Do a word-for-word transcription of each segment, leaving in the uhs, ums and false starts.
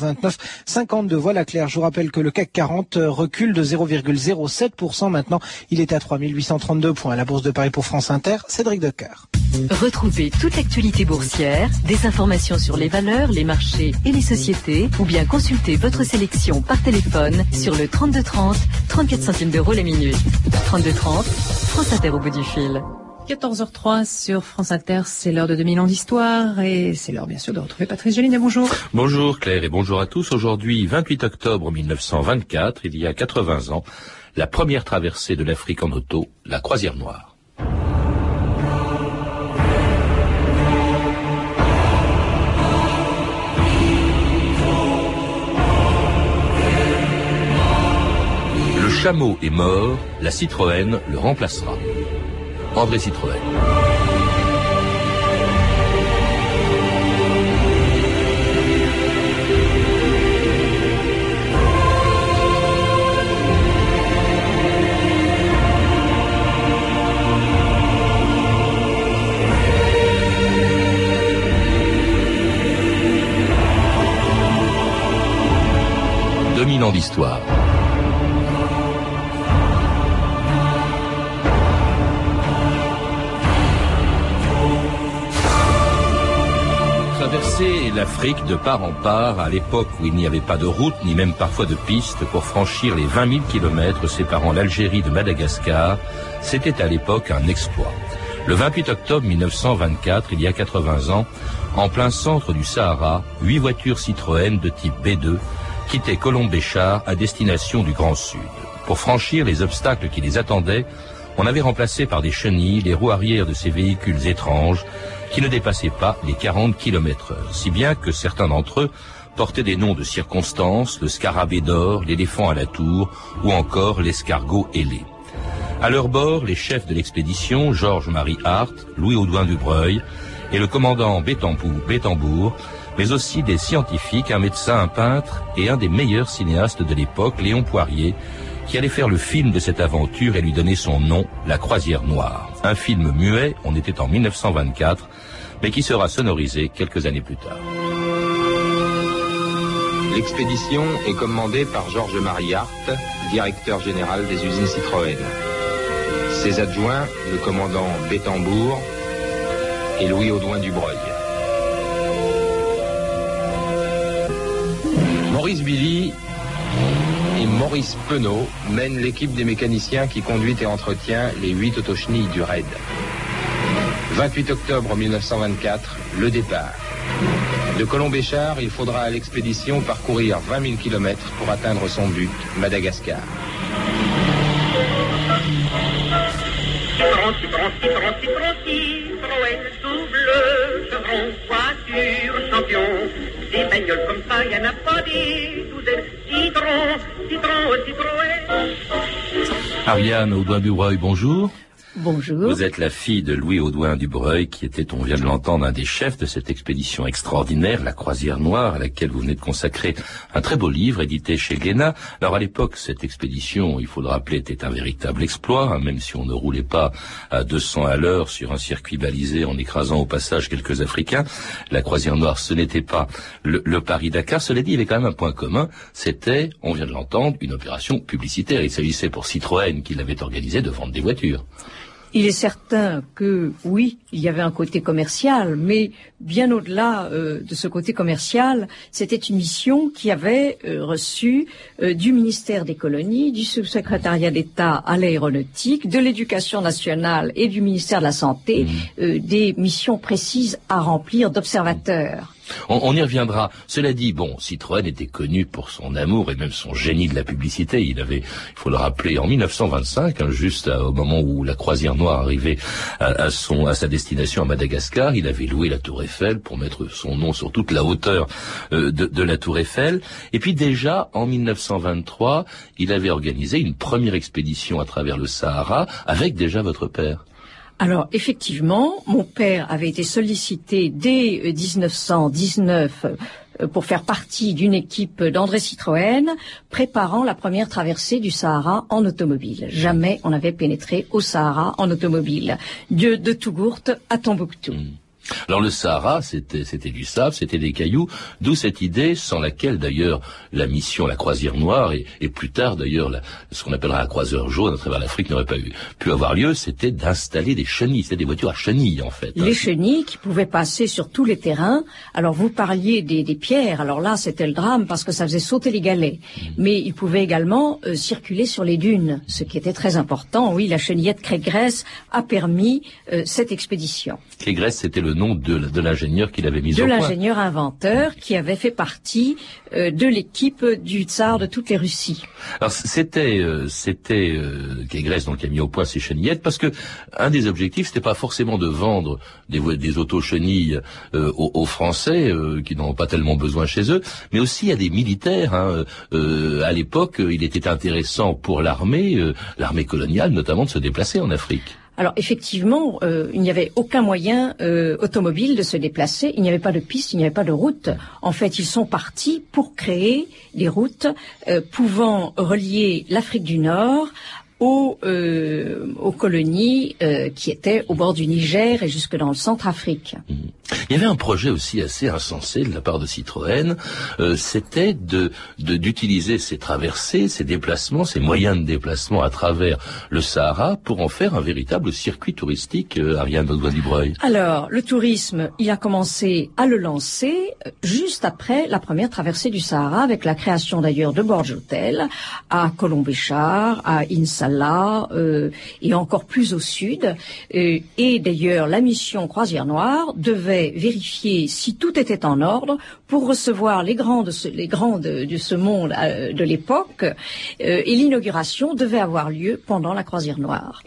vingt-neuf cinquante-deux. Voilà Claire, je vous rappelle que le C A C quarante recule de zéro virgule zéro sept pour cent maintenant. Il est à trois mille huit cent trente-deux points. La Bourse de Paris pour France Inter, Cédric Decoeur. Retrouvez toute l'actualité boursière, des informations sur les valeurs, les marchés et les sociétés, ou bien consultez votre sélection par téléphone sur le trente-deux trente, trente-quatre centimes d'euros la minute. trente-deux trente, France Inter au bout du fil. quatorze heures trois sur France Inter, c'est l'heure de deux mille ans d'histoire et c'est l'heure bien sûr de retrouver Patrice Gélinet. Bonjour. Bonjour Claire et bonjour à tous. Aujourd'hui, vingt-huit octobre mille neuf cent vingt-quatre, il y a quatre-vingts ans, la première traversée de l'Afrique en auto, la Croisière Noire. Le chameau est mort, la Citroën le remplacera. André Citroën. deux mille ans d'histoire. Traverser l'Afrique de part en part à l'époque où il n'y avait pas de route ni même parfois de piste pour franchir les vingt mille kilomètres séparant l'Algérie de Madagascar, c'était à l'époque un exploit. Le vingt-huit octobre mille neuf cent vingt-quatre, il y a quatre-vingts ans, en plein centre du Sahara, huit voitures Citroën de type B deux quittaient Colombéchar à destination du Grand Sud. Pour franchir les obstacles qui les attendaient, on avait remplacé par des chenilles les roues arrière de ces véhicules étranges qui ne dépassaient pas les quarante kilomètres heure, si bien que certains d'entre eux portaient des noms de circonstances, le scarabée d'or, l'éléphant à la tour ou encore l'escargot ailé. À leur bord, les chefs de l'expédition, Georges-Marie Hart, Louis Audouin du Breuil et le commandant Bétambourg, mais aussi des scientifiques, un médecin, un peintre et un des meilleurs cinéastes de l'époque, Léon Poirier, qui allait faire le film de cette aventure et lui donner son nom, La Croisière Noire. Un film muet, on était en mille neuf cent vingt-quatre, mais qui sera sonorisé quelques années plus tard. L'expédition est commandée par Georges-Marie Hart, directeur général des usines Citroën. Ses adjoints, le commandant Bétambourg et Louis Audouin du Breuil. Maurice Billy et Maurice Penaud mènent l'équipe des mécaniciens qui conduit et entretient les huit autochenilles du raid. vingt-huit octobre mille neuf cent vingt-quatre, le départ. De Colombéchar, il faudra à l'expédition parcourir vingt mille kilomètres pour atteindre son but, Madagascar. Citron, citron, citron, citron, Citroën, double, chevron, voiture, champion. Des bagnoles comme ça, y'en a pas des douzaines. Citron, citron, Citroën. Ariane Audouin-Dubreuil, bonjour. Bonjour. Vous êtes la fille de Louis Audouin du Breuil, qui était, on vient de l'entendre, un des chefs de cette expédition extraordinaire, la Croisière Noire, à laquelle vous venez de consacrer un très beau livre édité chez Glénat. Alors à l'époque, cette expédition, il faut le rappeler, était un véritable exploit, hein, même si on ne roulait pas à deux cents à l'heure sur un circuit balisé en écrasant au passage quelques Africains. La Croisière Noire, ce n'était pas le, le Paris-Dakar. Cela dit, il y avait quand même un point commun, c'était, on vient de l'entendre, une opération publicitaire. Il s'agissait pour Citroën, qui l'avait organisée, de vendre des voitures. Il est certain que, oui, il y avait un côté commercial, mais bien au-delà euh, de ce côté commercial, c'était une mission qui avait euh, reçu euh, du ministère des colonies, du sous-secrétariat d'État à l'aéronautique, de l'éducation nationale et du ministère de la Santé, mmh. euh, des missions précises à remplir d'observateurs. On, on y reviendra. Cela dit, bon, Citroën était connu pour son amour et même son génie de la publicité. Il avait, il faut le rappeler, en mille neuf cent vingt-cinq, hein, juste à, au moment où la Croisière Noire arrivait à, à, son, à sa destination à Madagascar, il avait loué la Tour Eiffel pour mettre son nom sur toute la hauteur euh, de, de la Tour Eiffel. Et puis déjà, en mille neuf cent vingt-trois, il avait organisé une première expédition à travers le Sahara avec déjà votre père. Alors, effectivement, mon père avait été sollicité dès dix-neuf cent dix-neuf pour faire partie d'une équipe d'André Citroën préparant la première traversée du Sahara en automobile. Jamais on n'avait pénétré au Sahara en automobile. De, de Tougourt à Tombouctou. Mmh. Alors le Sahara, c'était, c'était du sable, c'était des cailloux, d'où cette idée sans laquelle d'ailleurs la mission, la croisière noire, et, et plus tard d'ailleurs la, ce qu'on appellera la croiseur jaune à travers l'Afrique n'aurait pas eu, pu avoir lieu, c'était d'installer des chenilles, c'était des voitures à chenilles en fait. Les hein. chenilles qui pouvaient passer sur tous les terrains. Alors vous parliez des, des pierres, alors là c'était le drame parce que ça faisait sauter les galets, mmh. mais ils pouvaient également euh, circuler sur les dunes, ce qui était très important. Oui, la chenillette Craigresse a permis euh, cette expédition. Craigresse, c'était le nom de, de l'ingénieur qui l'avait mis au point. De l'ingénieur inventeur qui avait fait partie euh, de l'équipe du tsar de toutes les Russies. Alors c'était euh, c'était euh, Craigresse donc qui a mis au point ces chenillettes parce que un des objectifs c'était pas forcément de vendre des des auto-chenilles euh, aux, aux Français euh, qui n'en ont pas tellement besoin chez eux, mais aussi à des militaires. Hein. Euh, à l'époque, il était intéressant pour l'armée, euh, l'armée coloniale notamment, de se déplacer en Afrique. Alors effectivement, euh, il n'y avait aucun moyen euh, automobile de se déplacer, il n'y avait pas de piste, il n'y avait pas de route. En fait, ils sont partis pour créer des routes euh, pouvant relier l'Afrique du Nord aux, euh, aux colonies euh, qui étaient au bord du Niger et jusque dans le Centrafrique. Mmh. Il y avait un projet aussi assez insensé de la part de Citroën, euh, c'était de, de d'utiliser ces traversées, ces déplacements, ces moyens de déplacement à travers le Sahara pour en faire un véritable circuit touristique, euh, Ariane Audouin-Dubreuil. Alors, le tourisme, il a commencé à le lancer juste après la première traversée du Sahara, avec la création d'ailleurs de Borj Hotel à Colombéchar, à Insala euh, et encore plus au sud. Euh, et d'ailleurs, la mission Croisière Noire devait vérifier si tout était en ordre pour recevoir les grands de ce, les grands de, de ce monde euh, de l'époque, euh, et l'inauguration devait avoir lieu pendant la Croisière Noire.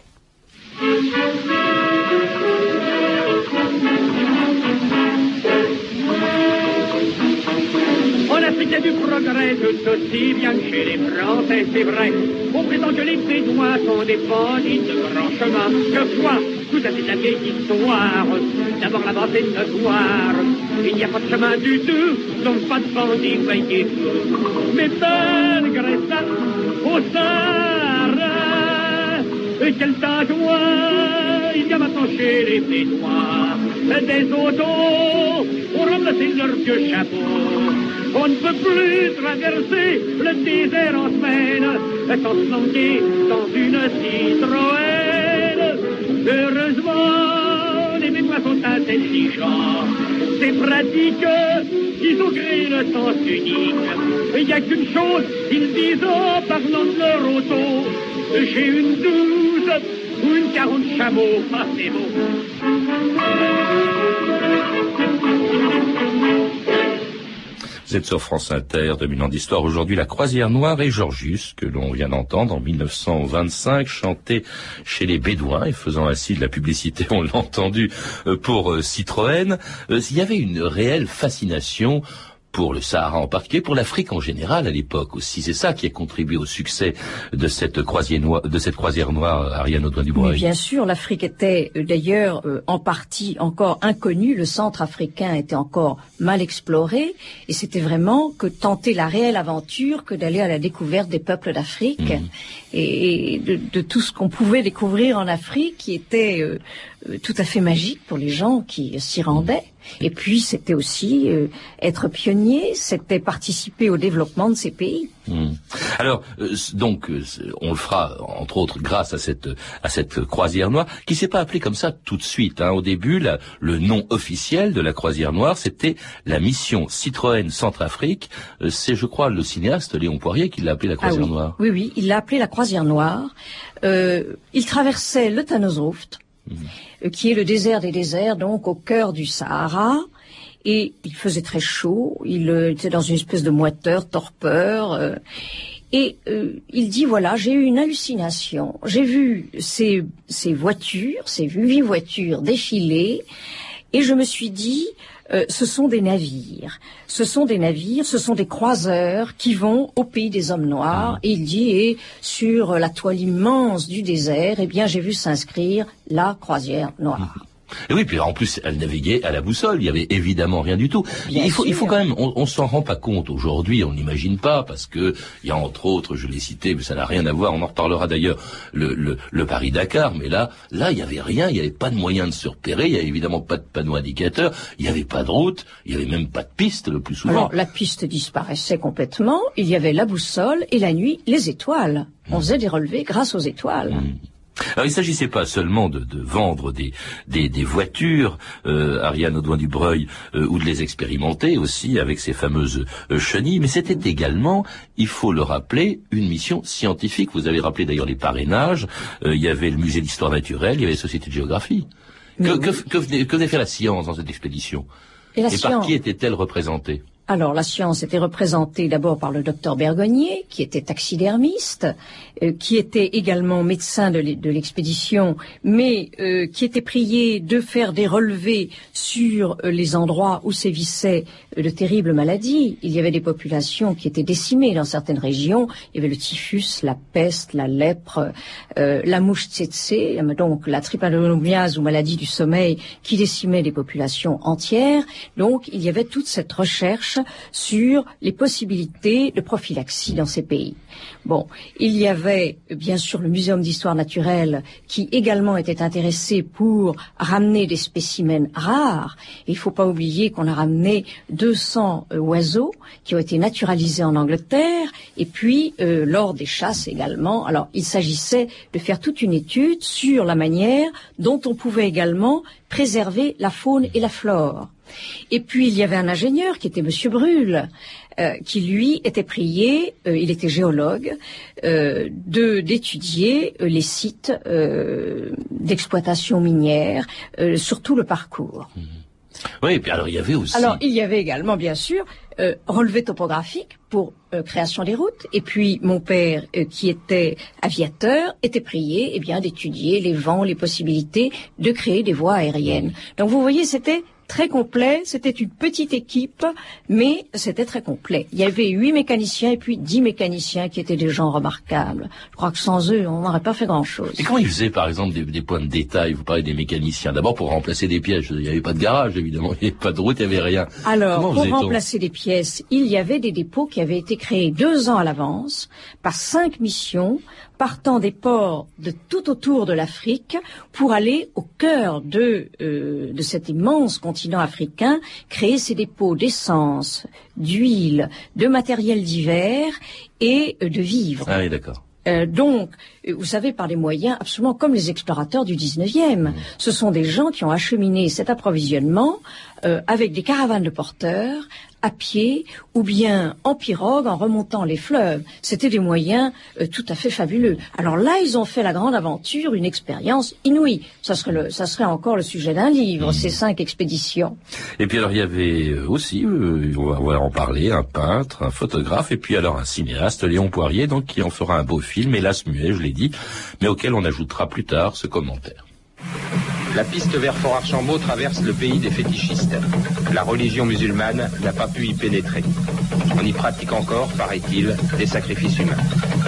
En Afrique, il y a du progrès, tout aussi bien que chez les Français, c'est vrai. On prétend que les Bédouins sont des bandits de grand chemin. Que quoi? Tout à fait la vieille histoire. D'abord là-bas c'est notoire. Il n'y a pas de chemin du tout, donc pas de bandits, voyez-vous. Mais malgré ça, au Sahara, quel joie, il y a maintenant chez les Bédouins des autos pour remplacer leurs vieux chapeaux. On ne peut plus traverser le désert en semaine sans se lancer dans une Citroën. Heureusement, les Bédouins sont intelligents. C'est pratique, ils ont créé le sens unique. Il n'y a qu'une chose, ils disent en parlant de leur auto. J'ai une douze ou une quarante chameaux, ah c'est beau. Vous êtes sur France Inter, deux mille ans d'histoire. Aujourd'hui, la Croisière Noire et Georgius, que l'on vient d'entendre en mille neuf cent vingt-cinq, chanté chez les Bédouins et faisant ainsi de la publicité, on l'a entendu, pour Citroën. Il y avait une réelle fascination pour le Sahara en particulier, pour l'Afrique en général à l'époque aussi. C'est ça qui a contribué au succès de cette croisière noire, de cette croisière noire, Ariane Audouin-Dubreuil. Oui, bien sûr, l'Afrique était euh, d'ailleurs euh, en partie encore inconnue. Le centre africain était encore mal exploré, et c'était vraiment que tenter la réelle aventure que d'aller à la découverte des peuples d'Afrique mmh. et, et de, de tout ce qu'on pouvait découvrir en Afrique, qui était euh, euh, tout à fait magique pour les gens qui s'y rendaient. Et puis, c'était aussi euh, être pionnier, c'était participer au développement de ces pays. Mmh. Alors, euh, donc, euh, on le fera, entre autres, grâce à cette à cette croisière noire, qui s'est pas appelée comme ça tout de suite. Hein. Au début, la, le nom officiel de la croisière noire, c'était la mission Citroën Centrafrique. Euh, c'est, je crois, le cinéaste Léon Poirier qui l'a appelée la croisière ah, oui. noire. Oui, oui, il l'a appelée la croisière noire. Euh, il traversait le Thanosroft, Mmh. qui est le désert des déserts, donc au cœur du Sahara, et il faisait très chaud, il euh, était dans une espèce de moiteur, torpeur, euh, et euh, il dit, voilà, j'ai eu une hallucination, j'ai vu ces, ces voitures, ces huit voitures défiler, et je me suis dit, euh, ce sont des navires, ce sont des navires, ce sont des croiseurs qui vont au pays des hommes noirs, et il dit, et sur la toile immense du désert, eh bien, j'ai vu s'inscrire la croisière noire. Et oui, puis en plus, elle naviguait à la boussole. Il y avait évidemment rien du tout. Bien il faut, sûr. il faut quand même, on, on s'en rend pas compte aujourd'hui, on n'imagine pas, parce que il y a entre autres, je l'ai cité, mais ça n'a rien à voir. On en reparlera d'ailleurs, le, le, le Paris-Dakar. Mais là, là, il y avait rien. Il n'y avait pas de moyen de se repérer. Il y avait évidemment pas de panneau indicateur. Il n'y avait pas de route. Il y avait même pas de piste le plus souvent. Alors, la piste disparaissait complètement. Il y avait la boussole et la nuit, les étoiles. On faisait des relevés grâce aux étoiles. Mmh. Alors il s'agissait pas seulement de, de vendre des, des, des voitures, euh, Ariane Audouin-Dubreuil, euh, ou de les expérimenter aussi avec ces fameuses euh, chenilles, mais c'était également, il faut le rappeler, une mission scientifique. Vous avez rappelé d'ailleurs les parrainages, euh, il y avait le musée d'histoire naturelle, il y avait la Société de géographie. Que, oui. que, que, venait, que venait faire la science dans cette expédition? Et, la Et science... par qui était-elle représentée? Alors, la science était représentée d'abord par le docteur Bergonnier, qui était taxidermiste, euh, qui était également médecin de l'expédition, mais euh, qui était prié de faire des relevés sur euh, les endroits où sévissaient euh, de terribles maladies. Il y avait des populations qui étaient décimées dans certaines régions. Il y avait le typhus, la peste, la lèpre, euh, la mouche tsetse, donc la trypanosomiase ou maladie du sommeil, qui décimait des populations entières. Donc, il y avait toute cette recherche sur les possibilités de prophylaxie dans ces pays. Bon, il y avait bien sûr le Muséum d'histoire naturelle qui également était intéressé pour ramener des spécimens rares. Il ne faut pas oublier qu'on a ramené deux cents euh, oiseaux qui ont été naturalisés en Angleterre et puis euh, lors des chasses également. Alors, il s'agissait de faire toute une étude sur la manière dont on pouvait également préserver la faune et la flore. Et puis, il y avait un ingénieur qui était Monsieur Brûle, euh, qui, lui, était prié, euh, il était géologue, euh, de d'étudier euh, les sites euh, d'exploitation minière, euh, sur tout le parcours. Mmh. Oui, et puis alors il y avait aussi... Alors, il y avait également, bien sûr, euh, relevé topographique pour euh, création des routes. Et puis, mon père, euh, qui était aviateur, était prié eh bien, d'étudier les vents, les possibilités de créer des voies aériennes. Donc, vous voyez, c'était très complet, c'était une petite équipe, mais c'était très complet. Il y avait huit mécaniciens et puis dix mécaniciens qui étaient des gens remarquables. Je crois que sans eux, on n'aurait pas fait grand-chose. Et comment ils faisaient, par exemple, des, des points de détail? Vous parlez des mécaniciens. D'abord, pour remplacer des pièges. Il n'y avait pas de garage, évidemment. Il n'y avait pas de route, il n'y avait rien. Alors, comment pour remplacer des pièces, il y avait des dépôts qui avaient été créés deux ans à l'avance par cinq missions partant des ports de tout autour de l'Afrique pour aller au cœur de, euh, de cet immense continent africain, créer ces dépôts d'essence, d'huile, de matériel divers et euh, de vivres. Ah oui, d'accord. Euh, donc, vous savez, par des moyens absolument comme les explorateurs du dix-neuvième. Mmh. Ce sont des gens qui ont acheminé cet approvisionnement euh, avec des caravanes de porteurs, à pied ou bien en pirogue en remontant les fleuves. C'était des moyens euh, tout à fait fabuleux. Alors là, ils ont fait la grande aventure, une expérience inouïe. Ça serait, le, ça serait encore le sujet d'un livre, mmh. ces cinq expéditions. Et puis alors, il y avait aussi, euh, on, va, on va en parler, un peintre, un photographe, et puis alors un cinéaste, Léon Poirier, donc qui en fera un beau film, hélas muet, je l'ai dit, mais auquel on ajoutera plus tard ce commentaire. La piste vers Fort-Archambault traverse le pays des fétichistes. La religion musulmane n'a pas pu y pénétrer. On y pratique encore, paraît-il, des sacrifices humains.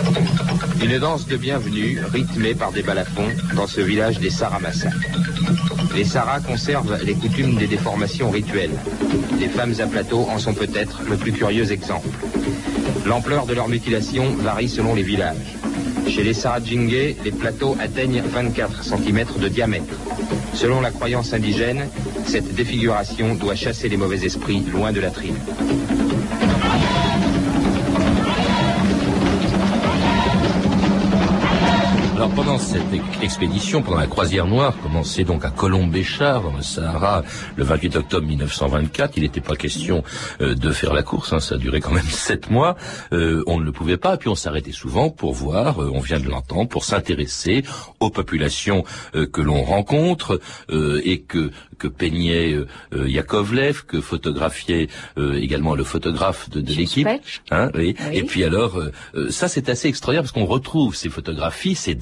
Une danse de bienvenue, rythmée par des balafons, dans ce village des Saramassa. Les Saras conservent les coutumes des déformations rituelles. Les femmes à plateau en sont peut-être le plus curieux exemple. L'ampleur de leur mutilation varie selon les villages. Chez les Saradjingués, les plateaux atteignent vingt-quatre centimètres de diamètre. Selon la croyance indigène, cette défiguration doit chasser les mauvais esprits loin de la tribu. Alors pendant cette expédition, pendant la croisière noire, commencée donc à Colombe-Béchar, dans le Sahara, le vingt-huit octobre mille neuf cent vingt-quatre, il n'était pas question euh, de faire la course, hein, ça a duré quand même sept mois, euh, on ne le pouvait pas, et puis on s'arrêtait souvent pour voir, euh, on vient de l'entendre, pour s'intéresser aux populations euh, que l'on rencontre, euh, et que que peignait euh, euh, Yakovlev, que photographiait euh, également le photographe de, de l'équipe. Hein, oui. Oui. Et puis alors, euh, ça c'est assez extraordinaire parce qu'on retrouve ces photographies, ces dessins qui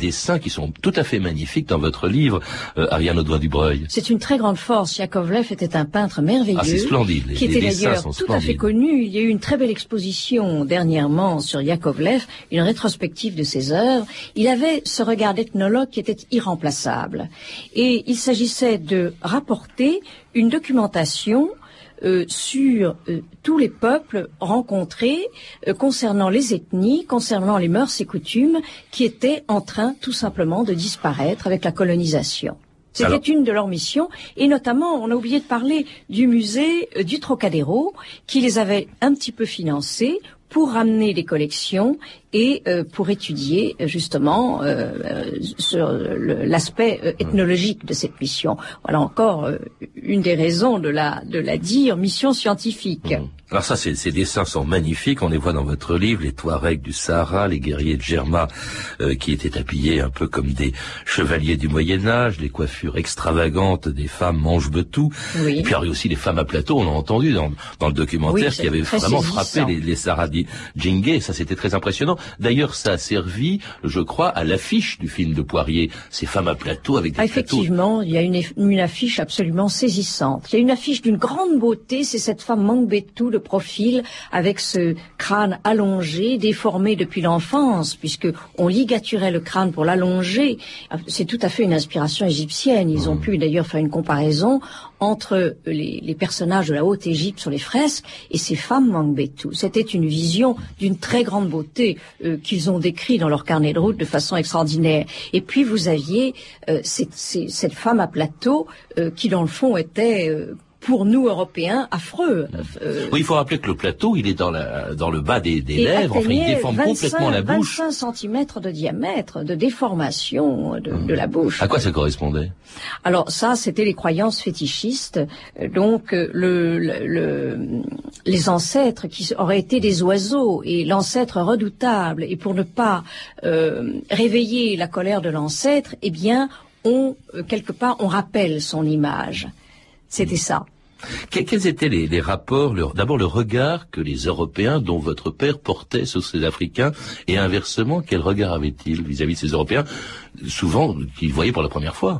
qui sont tout à fait magnifiques dans votre livre, euh, Ariane Audouin-Dubreuil. C'est une très grande force. Yakovlev était un peintre merveilleux. Ah, c'est splendide. Les, qui les était dessins d'ailleurs sont tout splendides. à fait connu. Il y a eu une très belle exposition dernièrement sur Yakovlev, une rétrospective de ses œuvres. Il avait ce regard d'ethnologue qui était irremplaçable. Et il s'agissait de rapporter une documentation Euh, sur euh, tous les peuples rencontrés euh, concernant les ethnies, concernant les mœurs et coutumes qui étaient en train tout simplement de disparaître avec la colonisation. C'était Alors... une de leurs missions, et notamment, on a oublié de parler du musée euh, du Trocadéro, qui les avait un petit peu financés pour ramener des collections et euh, pour étudier justement euh, sur le, l'aspect euh, ethnologique de cette mission. Voilà encore euh, une des raisons de la de la dire mission scientifique. Mmh. Alors ça, ces, ces dessins sont magnifiques. On les voit dans votre livre, les Touaregs du Sahara, les guerriers de Germa euh, qui étaient habillés un peu comme des chevaliers du Moyen-Âge, les coiffures extravagantes des femmes mange-betou. Oui. Et puis il y avait aussi les femmes à plateau, on a entendu dans, dans le documentaire, oui, qui avaient vraiment saisissant. frappé les, les Sahradis Djingué. Ça, c'était très impressionnant. D'ailleurs, ça a servi, je crois, à l'affiche du film de Poirier, ces femmes à plateau avec des ah, effectivement, plateaux. Il y a une, une affiche absolument saisissante. Il y a une affiche d'une grande beauté, c'est cette femme Mangbetu de profil, avec ce crâne allongé, déformé depuis l'enfance, puisque on ligaturait le crâne pour l'allonger. C'est tout à fait une inspiration égyptienne. Ils ont pu d'ailleurs faire une comparaison entre les, les personnages de la Haute Égypte sur les fresques et ces femmes Mangbetu. C'était une vision d'une très grande beauté euh, qu'ils ont décrit dans leur carnet de route de façon extraordinaire. Et puis vous aviez euh, cette, cette femme à plateau euh, qui dans le fond était euh, pour nous Européens affreux. Euh, oui, il faut rappeler que le plateau, il est dans la dans le bas des, des lèvres, enfin il déforme vingt-cinq, complètement la bouche. vingt-cinq centimètres de diamètre de déformation de, mmh. de la bouche. À quoi ça correspondait? Alors ça, c'était les croyances fétichistes. Donc le, le, le les ancêtres qui auraient été des oiseaux et l'ancêtre redoutable, et pour ne pas euh, réveiller la colère de l'ancêtre, eh bien on quelque part on rappelle son image. C'était ça. Quels étaient les, les rapports, le, d'abord le regard que les Européens, dont votre père, portait sur ces Africains, et inversement, quel regard avait-il vis-à-vis de ces Européens, souvent qu'ils voyaient pour la première fois?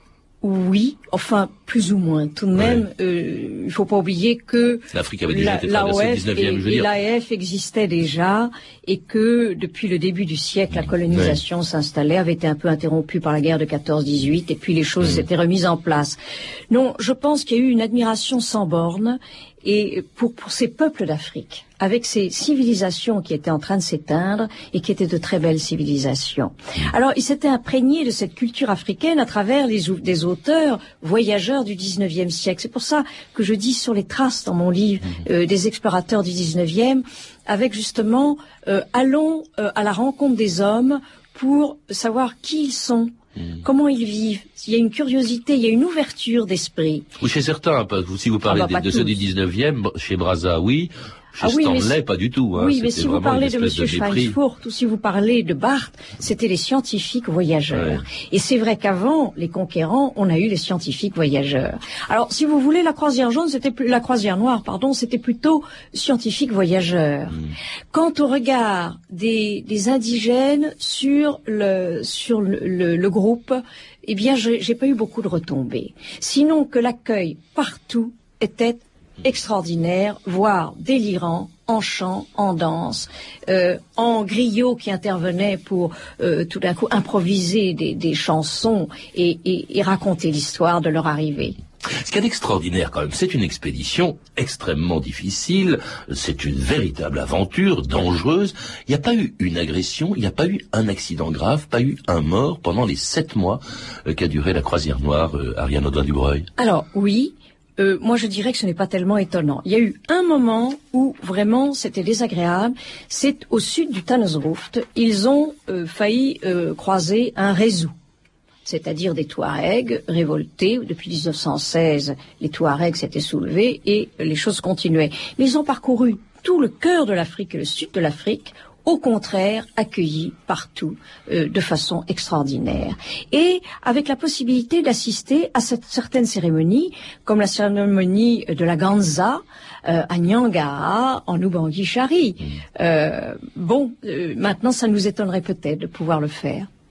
Oui, enfin plus ou moins. Tout de même, ouais. euh, il faut pas oublier que l'Afrique avait déjà été traversée au dix-neuvième, je veux dire. Et l'A F existait déjà, et que depuis le début du siècle, la colonisation ouais. s'installait, avait été un peu interrompue par la guerre de quatorze dix-huit, et puis les choses mmh. s'étaient remises en place. Non, je pense qu'il y a eu une admiration sans borne, et pour pour ces peuples d'Afrique, avec ces civilisations qui étaient en train de s'éteindre et qui étaient de très belles civilisations. Alors, ils s'étaient imprégnés de cette culture africaine à travers les des auteurs voyageurs du dix-neuvième siècle. C'est pour ça que je dis sur les traces dans mon livre euh, des explorateurs du dix-neuvième, avec justement euh, allons euh, à la rencontre des hommes pour savoir qui ils sont. Mmh. Comment ils vivent. Il y a une curiosité, il y a une ouverture d'esprit. Oui, chez certains, si vous parlez ah bah, de, de ceux du dix-neuvième, chez Brazza, oui. Chez ah oui, Stanley, mais pas du tout. Hein. Oui, mais si vous parlez de M. Schweinfurt ou si vous parlez de Barthes, c'était les scientifiques voyageurs. Ouais. Et c'est vrai qu'avant les conquérants, on a eu les scientifiques voyageurs. Alors, si vous voulez, la croisière jaune, c'était plus, la croisière noire, pardon, c'était plutôt scientifiques voyageurs. Mmh. Quant au regard des, des indigènes sur le sur le, le, le groupe, eh bien, j'ai, j'ai pas eu beaucoup de retombées. Sinon que l'accueil partout était extraordinaire, voire délirant, en chant, en danse, euh, en griot qui intervenait pour euh, tout d'un coup improviser des, des chansons et, et, et raconter l'histoire de leur arrivée. Ce qu'il y a d'extraordinaire quand même, c'est une expédition extrêmement difficile, c'est une véritable aventure, dangereuse. Il n'y a pas eu une agression, il n'y a pas eu un accident grave, pas eu un mort pendant les sept mois euh, qu'a duré la croisière noire, euh, Ariane Audouin-Dubreuil. Alors oui, Euh, moi, je dirais que ce n'est pas tellement étonnant. Il y a eu un moment où vraiment c'était désagréable. C'est au sud du Tanzruft. Ils ont euh, failli euh, croiser un réseau, c'est-à-dire des Touaregs révoltés. Depuis dix-neuf cent seize, les Touaregs s'étaient soulevés et les choses continuaient. Mais ils ont parcouru tout le cœur de l'Afrique et le sud de l'Afrique, au contraire, accueillis partout euh, de façon extraordinaire. Et avec la possibilité d'assister à cette, certaines cérémonies, comme la cérémonie de la Ganza, euh, à Niangara, en Ubangui-Chari. Euh, bon, euh, maintenant, ça nous étonnerait peut-être de pouvoir le faire.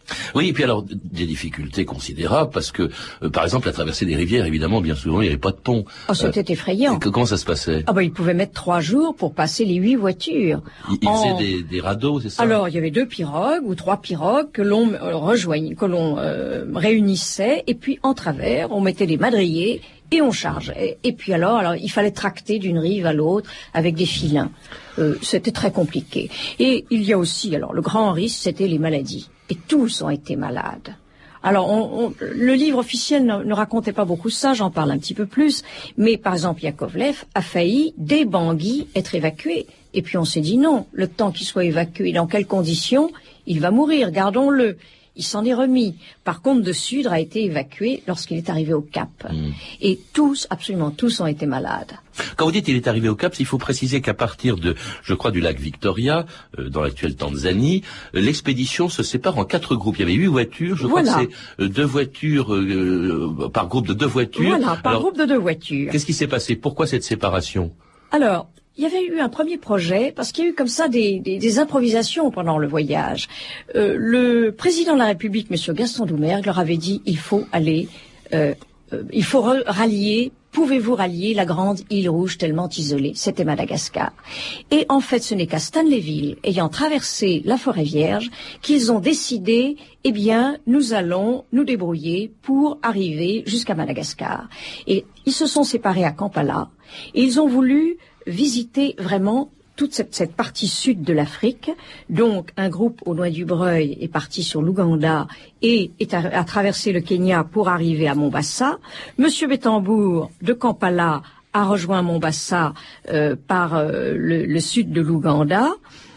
Oui, et puis alors, des difficultés considérables, parce que, euh, par exemple, la traversée des rivières, évidemment, bien souvent, il n'y avait pas de pont. Oh, c'était euh, effrayant. Que, comment ça se passait? Ah ben, ils pouvaient mettre trois jours pour passer les huit voitures. Ils, ils en... faisaient des, des radeaux, c'est ça? Alors, il y avait deux pirogues ou trois pirogues que l'on euh, rejoignait, que l'on euh, réunissait, et puis en travers, on mettait des madriers et on chargeait. Et puis alors, alors, il fallait tracter d'une rive à l'autre avec des filins. Euh, c'était très compliqué. Et il y a aussi, alors, le grand risque, c'était les maladies. Et tous ont été malades. Alors, on, on, le livre officiel ne, ne racontait pas beaucoup ça, j'en parle un petit peu plus. Mais, par exemple, Yakovlev a failli, dès Bangui, être évacué. Et puis on s'est dit non, le temps qu'il soit évacué, dans quelles conditions, il va mourir, gardons-le. Il s'en est remis. Par contre, de Sudre a été évacué lorsqu'il est arrivé au Cap. Mmh. Et tous, absolument tous, ont été malades. Quand vous dites qu'il est arrivé au Cap, il faut préciser qu'à partir de, je crois, du lac Victoria, euh, dans l'actuelle Tanzanie, euh, l'expédition se sépare en quatre groupes. Il y avait huit voitures, je voilà. crois que c'est euh, deux voitures, euh, par groupe de deux voitures. Voilà, par Alors, groupe de deux voitures. Qu'est-ce qui s'est passé? Pourquoi cette séparation? Alors, il y avait eu un premier projet, parce qu'il y a eu comme ça des, des, des improvisations pendant le voyage. Euh, le président de la République, M. Gaston Doumergue, leur avait dit, il faut aller, euh, euh, il faut rallier, pouvez-vous rallier la grande île rouge tellement isolée? C'était Madagascar. Et en fait, ce n'est qu'à Stanleyville, ayant traversé la forêt vierge, qu'ils ont décidé, eh bien, nous allons nous débrouiller pour arriver jusqu'à Madagascar. Et ils se sont séparés à Kampala, et ils ont voulu visiter vraiment toute cette, cette partie sud de l'Afrique. Donc, un groupe au Noix du Breuil est parti sur l'Ouganda et est à, à traverser le Kenya pour arriver à Mombasa. Monsieur Bettembourg de Kampala a rejoint Mombasa euh, par euh, le, le sud de l'Ouganda.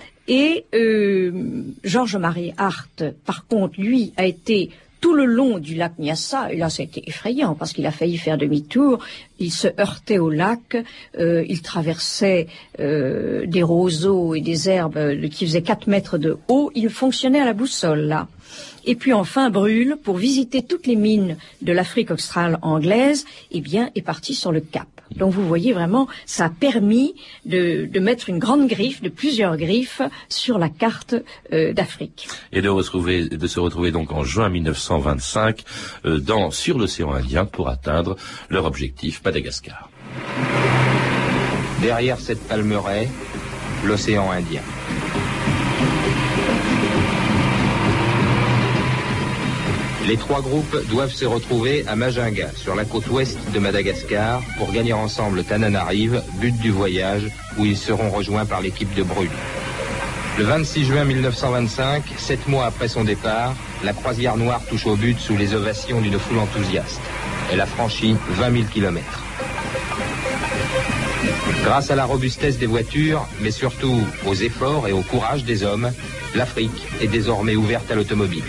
Et euh, Georges-Marie Hart, par contre, lui, a été tout le long du lac Nyassa, et là c'était effrayant parce qu'il a failli faire demi-tour, il se heurtait au lac, euh, il traversait euh, des roseaux et des herbes qui faisaient quatre mètres de haut, il fonctionnait à la boussole là. Et puis enfin Brûle, pour visiter toutes les mines de l'Afrique australe anglaise, eh bien est parti sur le Cap. Donc vous voyez vraiment, ça a permis de, de mettre une grande griffe, de plusieurs griffes, sur la carte euh, d'Afrique. Et de, retrouver, de se retrouver donc en juin mille neuf cent vingt-cinq euh, dans, sur l'océan Indien pour atteindre leur objectif, Madagascar. Derrière cette palmeraie, l'océan Indien. Les trois groupes doivent se retrouver à Majinga, sur la côte ouest de Madagascar, pour gagner ensemble Tananarive, but du voyage, où ils seront rejoints par l'équipe de Brûle. Le vingt-six juin mille neuf cent vingt-cinq, sept mois après son départ, la croisière noire touche au but sous les ovations d'une foule enthousiaste. Elle a franchi vingt mille kilomètres. Grâce à la robustesse des voitures, mais surtout aux efforts et au courage des hommes, l'Afrique est désormais ouverte à l'automobile.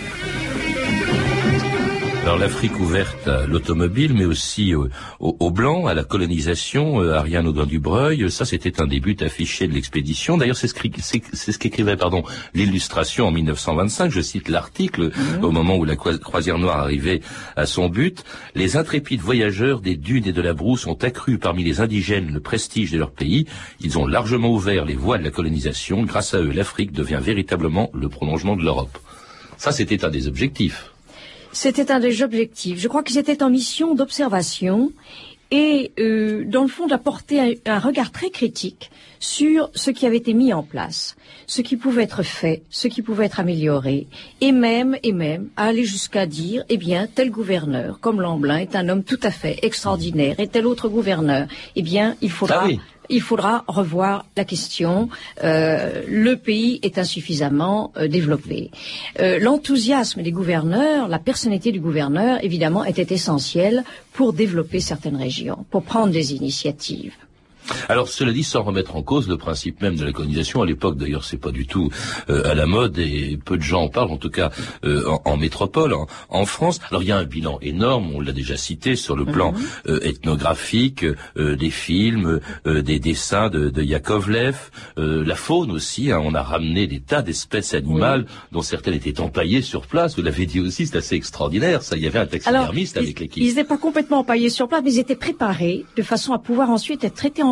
Alors l'Afrique ouverte à l'automobile, mais aussi aux au, au Blancs, à la colonisation, euh, Ariane Audin-Dubreuil, ça c'était un des buts affichés de l'expédition. D'ailleurs c'est ce, c'est, c'est ce qu'écrivait pardon, l'Illustration en mille neuf cent vingt-cinq, je cite l'article, mmh. au moment où la croisière noire arrivait à son but. Les intrépides voyageurs des dunes et de la brousse ont accru parmi les indigènes le prestige de leur pays. Ils ont largement ouvert les voies de la colonisation. Grâce à eux, l'Afrique devient véritablement le prolongement de l'Europe. Ça c'était un des objectifs. C'était un des objectifs. Je crois qu'ils étaient en mission d'observation et, euh, dans le fond, d'apporter un, un regard très critique sur ce qui avait été mis en place, ce qui pouvait être fait, ce qui pouvait être amélioré, et même, et même, à aller jusqu'à dire, eh bien, tel gouverneur, comme Lamblin, est un homme tout à fait extraordinaire, et tel autre gouverneur, eh bien, il faudra... Ah oui. Il faudra revoir la question. Euh, le pays est insuffisamment euh, développé. Euh, l'enthousiasme des gouverneurs, la personnalité du gouverneur, évidemment, était essentielle pour développer certaines régions, pour prendre des initiatives. Alors, cela dit, sans remettre en cause le principe même de la colonisation, à l'époque, d'ailleurs, c'est pas du tout euh, à la mode, et peu de gens en parlent, en tout cas euh, en, en métropole, en, en France. Alors, il y a un bilan énorme, on l'a déjà cité, sur le plan mm-hmm. euh, ethnographique, euh, des films, euh, des dessins de, de Yakovlev, euh, la faune aussi, hein, on a ramené des tas d'espèces animales, oui. dont certaines étaient empaillées sur place, vous l'avez dit aussi, c'est assez extraordinaire, ça, il y avait un taxidermiste avec l'équipe. Ils n'étaient pas complètement empaillés sur place, mais ils étaient préparés de façon à pouvoir ensuite être traités en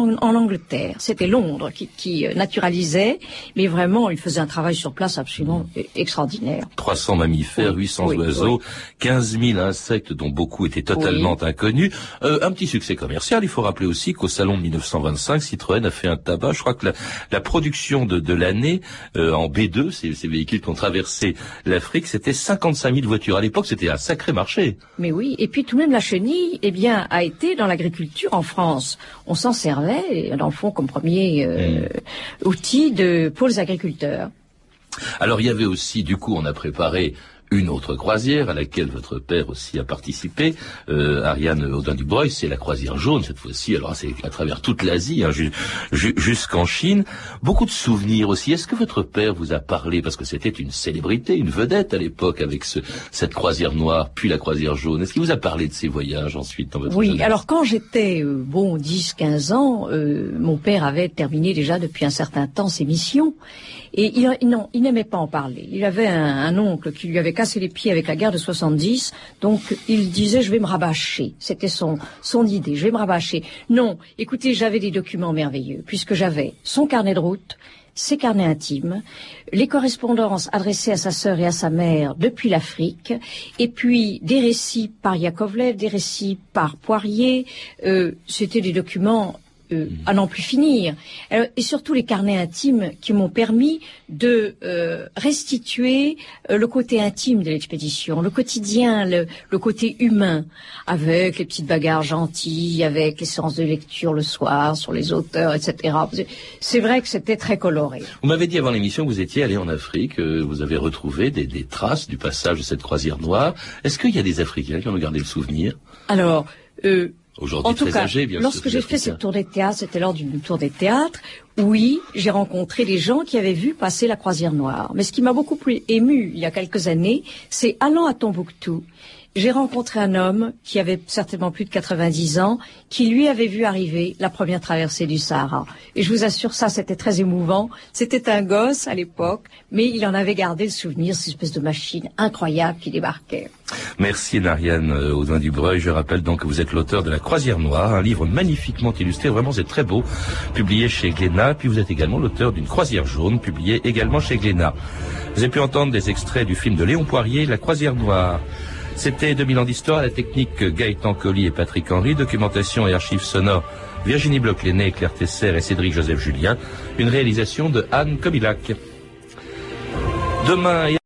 en, en Angleterre. C'était Londres qui, qui naturalisait, mais vraiment, il faisait un travail sur place absolument extraordinaire. trois cents mammifères, oui, huit cents oui, oiseaux, oui. quinze mille insectes dont beaucoup étaient totalement oui. inconnus. Euh, un petit succès commercial. Il faut rappeler aussi qu'au salon de mille neuf cent vingt-cinq, Citroën a fait un tabac. Je crois que la, la production de, de l'année euh, en B deux, ces, ces véhicules qui ont traversé l'Afrique, c'était cinquante-cinq mille voitures. À l'époque, c'était un sacré marché. Mais oui, et puis tout de même la chenille, eh bien, a été dans l'agriculture en France. On s'en servait, dans le fond, comme premier euh, mmh. outil de, pour les agriculteurs. Alors, il y avait aussi, du coup, on a préparé une autre croisière à laquelle votre père aussi a participé, euh, Ariane Audin-Dubreuil, c'est la croisière jaune cette fois-ci. Alors c'est à travers toute l'Asie, hein, ju- ju- jusqu'en Chine. Beaucoup de souvenirs aussi. Est-ce que votre père vous a parlé, parce que c'était une célébrité, une vedette à l'époque avec ce, cette croisière noire, puis la croisière jaune. Est-ce qu'il vous a parlé de ces voyages ensuite dans votre Oui, jeunesse? alors quand j'étais euh, bon dix quinze ans, euh, mon père avait terminé déjà depuis un certain temps ses missions. Et il, non, il n'aimait pas en parler. Il avait un, un oncle qui lui avait cassé les pieds avec la guerre de soixante-dix, donc il disait je vais me rabâcher. C'était son son idée, je vais me rabâcher. Non, écoutez, j'avais des documents merveilleux, puisque j'avais son carnet de route, ses carnets intimes, les correspondances adressées à sa sœur et à sa mère depuis l'Afrique, et puis des récits par Yakovlev, des récits par Poirier. Euh, c'était des documents Euh, à n'en plus finir. Alors, et surtout les carnets intimes qui m'ont permis de euh, restituer euh, le côté intime de l'expédition, le quotidien, le, le côté humain, avec les petites bagarres gentilles, avec les séances de lecture le soir sur les auteurs, et cetera. C'est vrai que c'était très coloré. Vous m'avez dit avant l'émission que vous étiez allé en Afrique, euh, vous avez retrouvé des, des traces du passage de cette croisière noire. Est-ce qu'il y a des Africains qui en ont gardé le souvenir? Alors, euh, Aujourd'hui en tout très cas, âgé, bien lorsque sûr, j'ai fait cette tournée de théâtre, c'était lors d'une tournée de théâtre, oui, j'ai rencontré des gens qui avaient vu passer la croisière noire. Mais ce qui m'a beaucoup plus ému il y a quelques années, c'est allant à Tombouctou, j'ai rencontré un homme qui avait certainement plus de quatre-vingt-dix ans, qui lui avait vu arriver la première traversée du Sahara. Et je vous assure, ça, c'était très émouvant. C'était un gosse à l'époque, mais il en avait gardé le souvenir, cette espèce de machine incroyable qui débarquait. Merci Ariane Audin-Dubreuil. Je rappelle donc que vous êtes l'auteur de La Croisière Noire, un livre magnifiquement illustré, vraiment c'est très beau, publié chez Glénat. Puis vous êtes également l'auteur d'une Croisière Jaune, publiée également chez Glénat. Vous avez pu entendre des extraits du film de Léon Poirier, La Croisière Noire. C'était deux mille ans d'histoire, à la technique Gaëtan Colli et Patrick Henry, documentation et archives sonores Virginie Bloch-Lenné, Claire Tesser et Cédric Joseph Julien, une réalisation de Anne Kobilac. Demain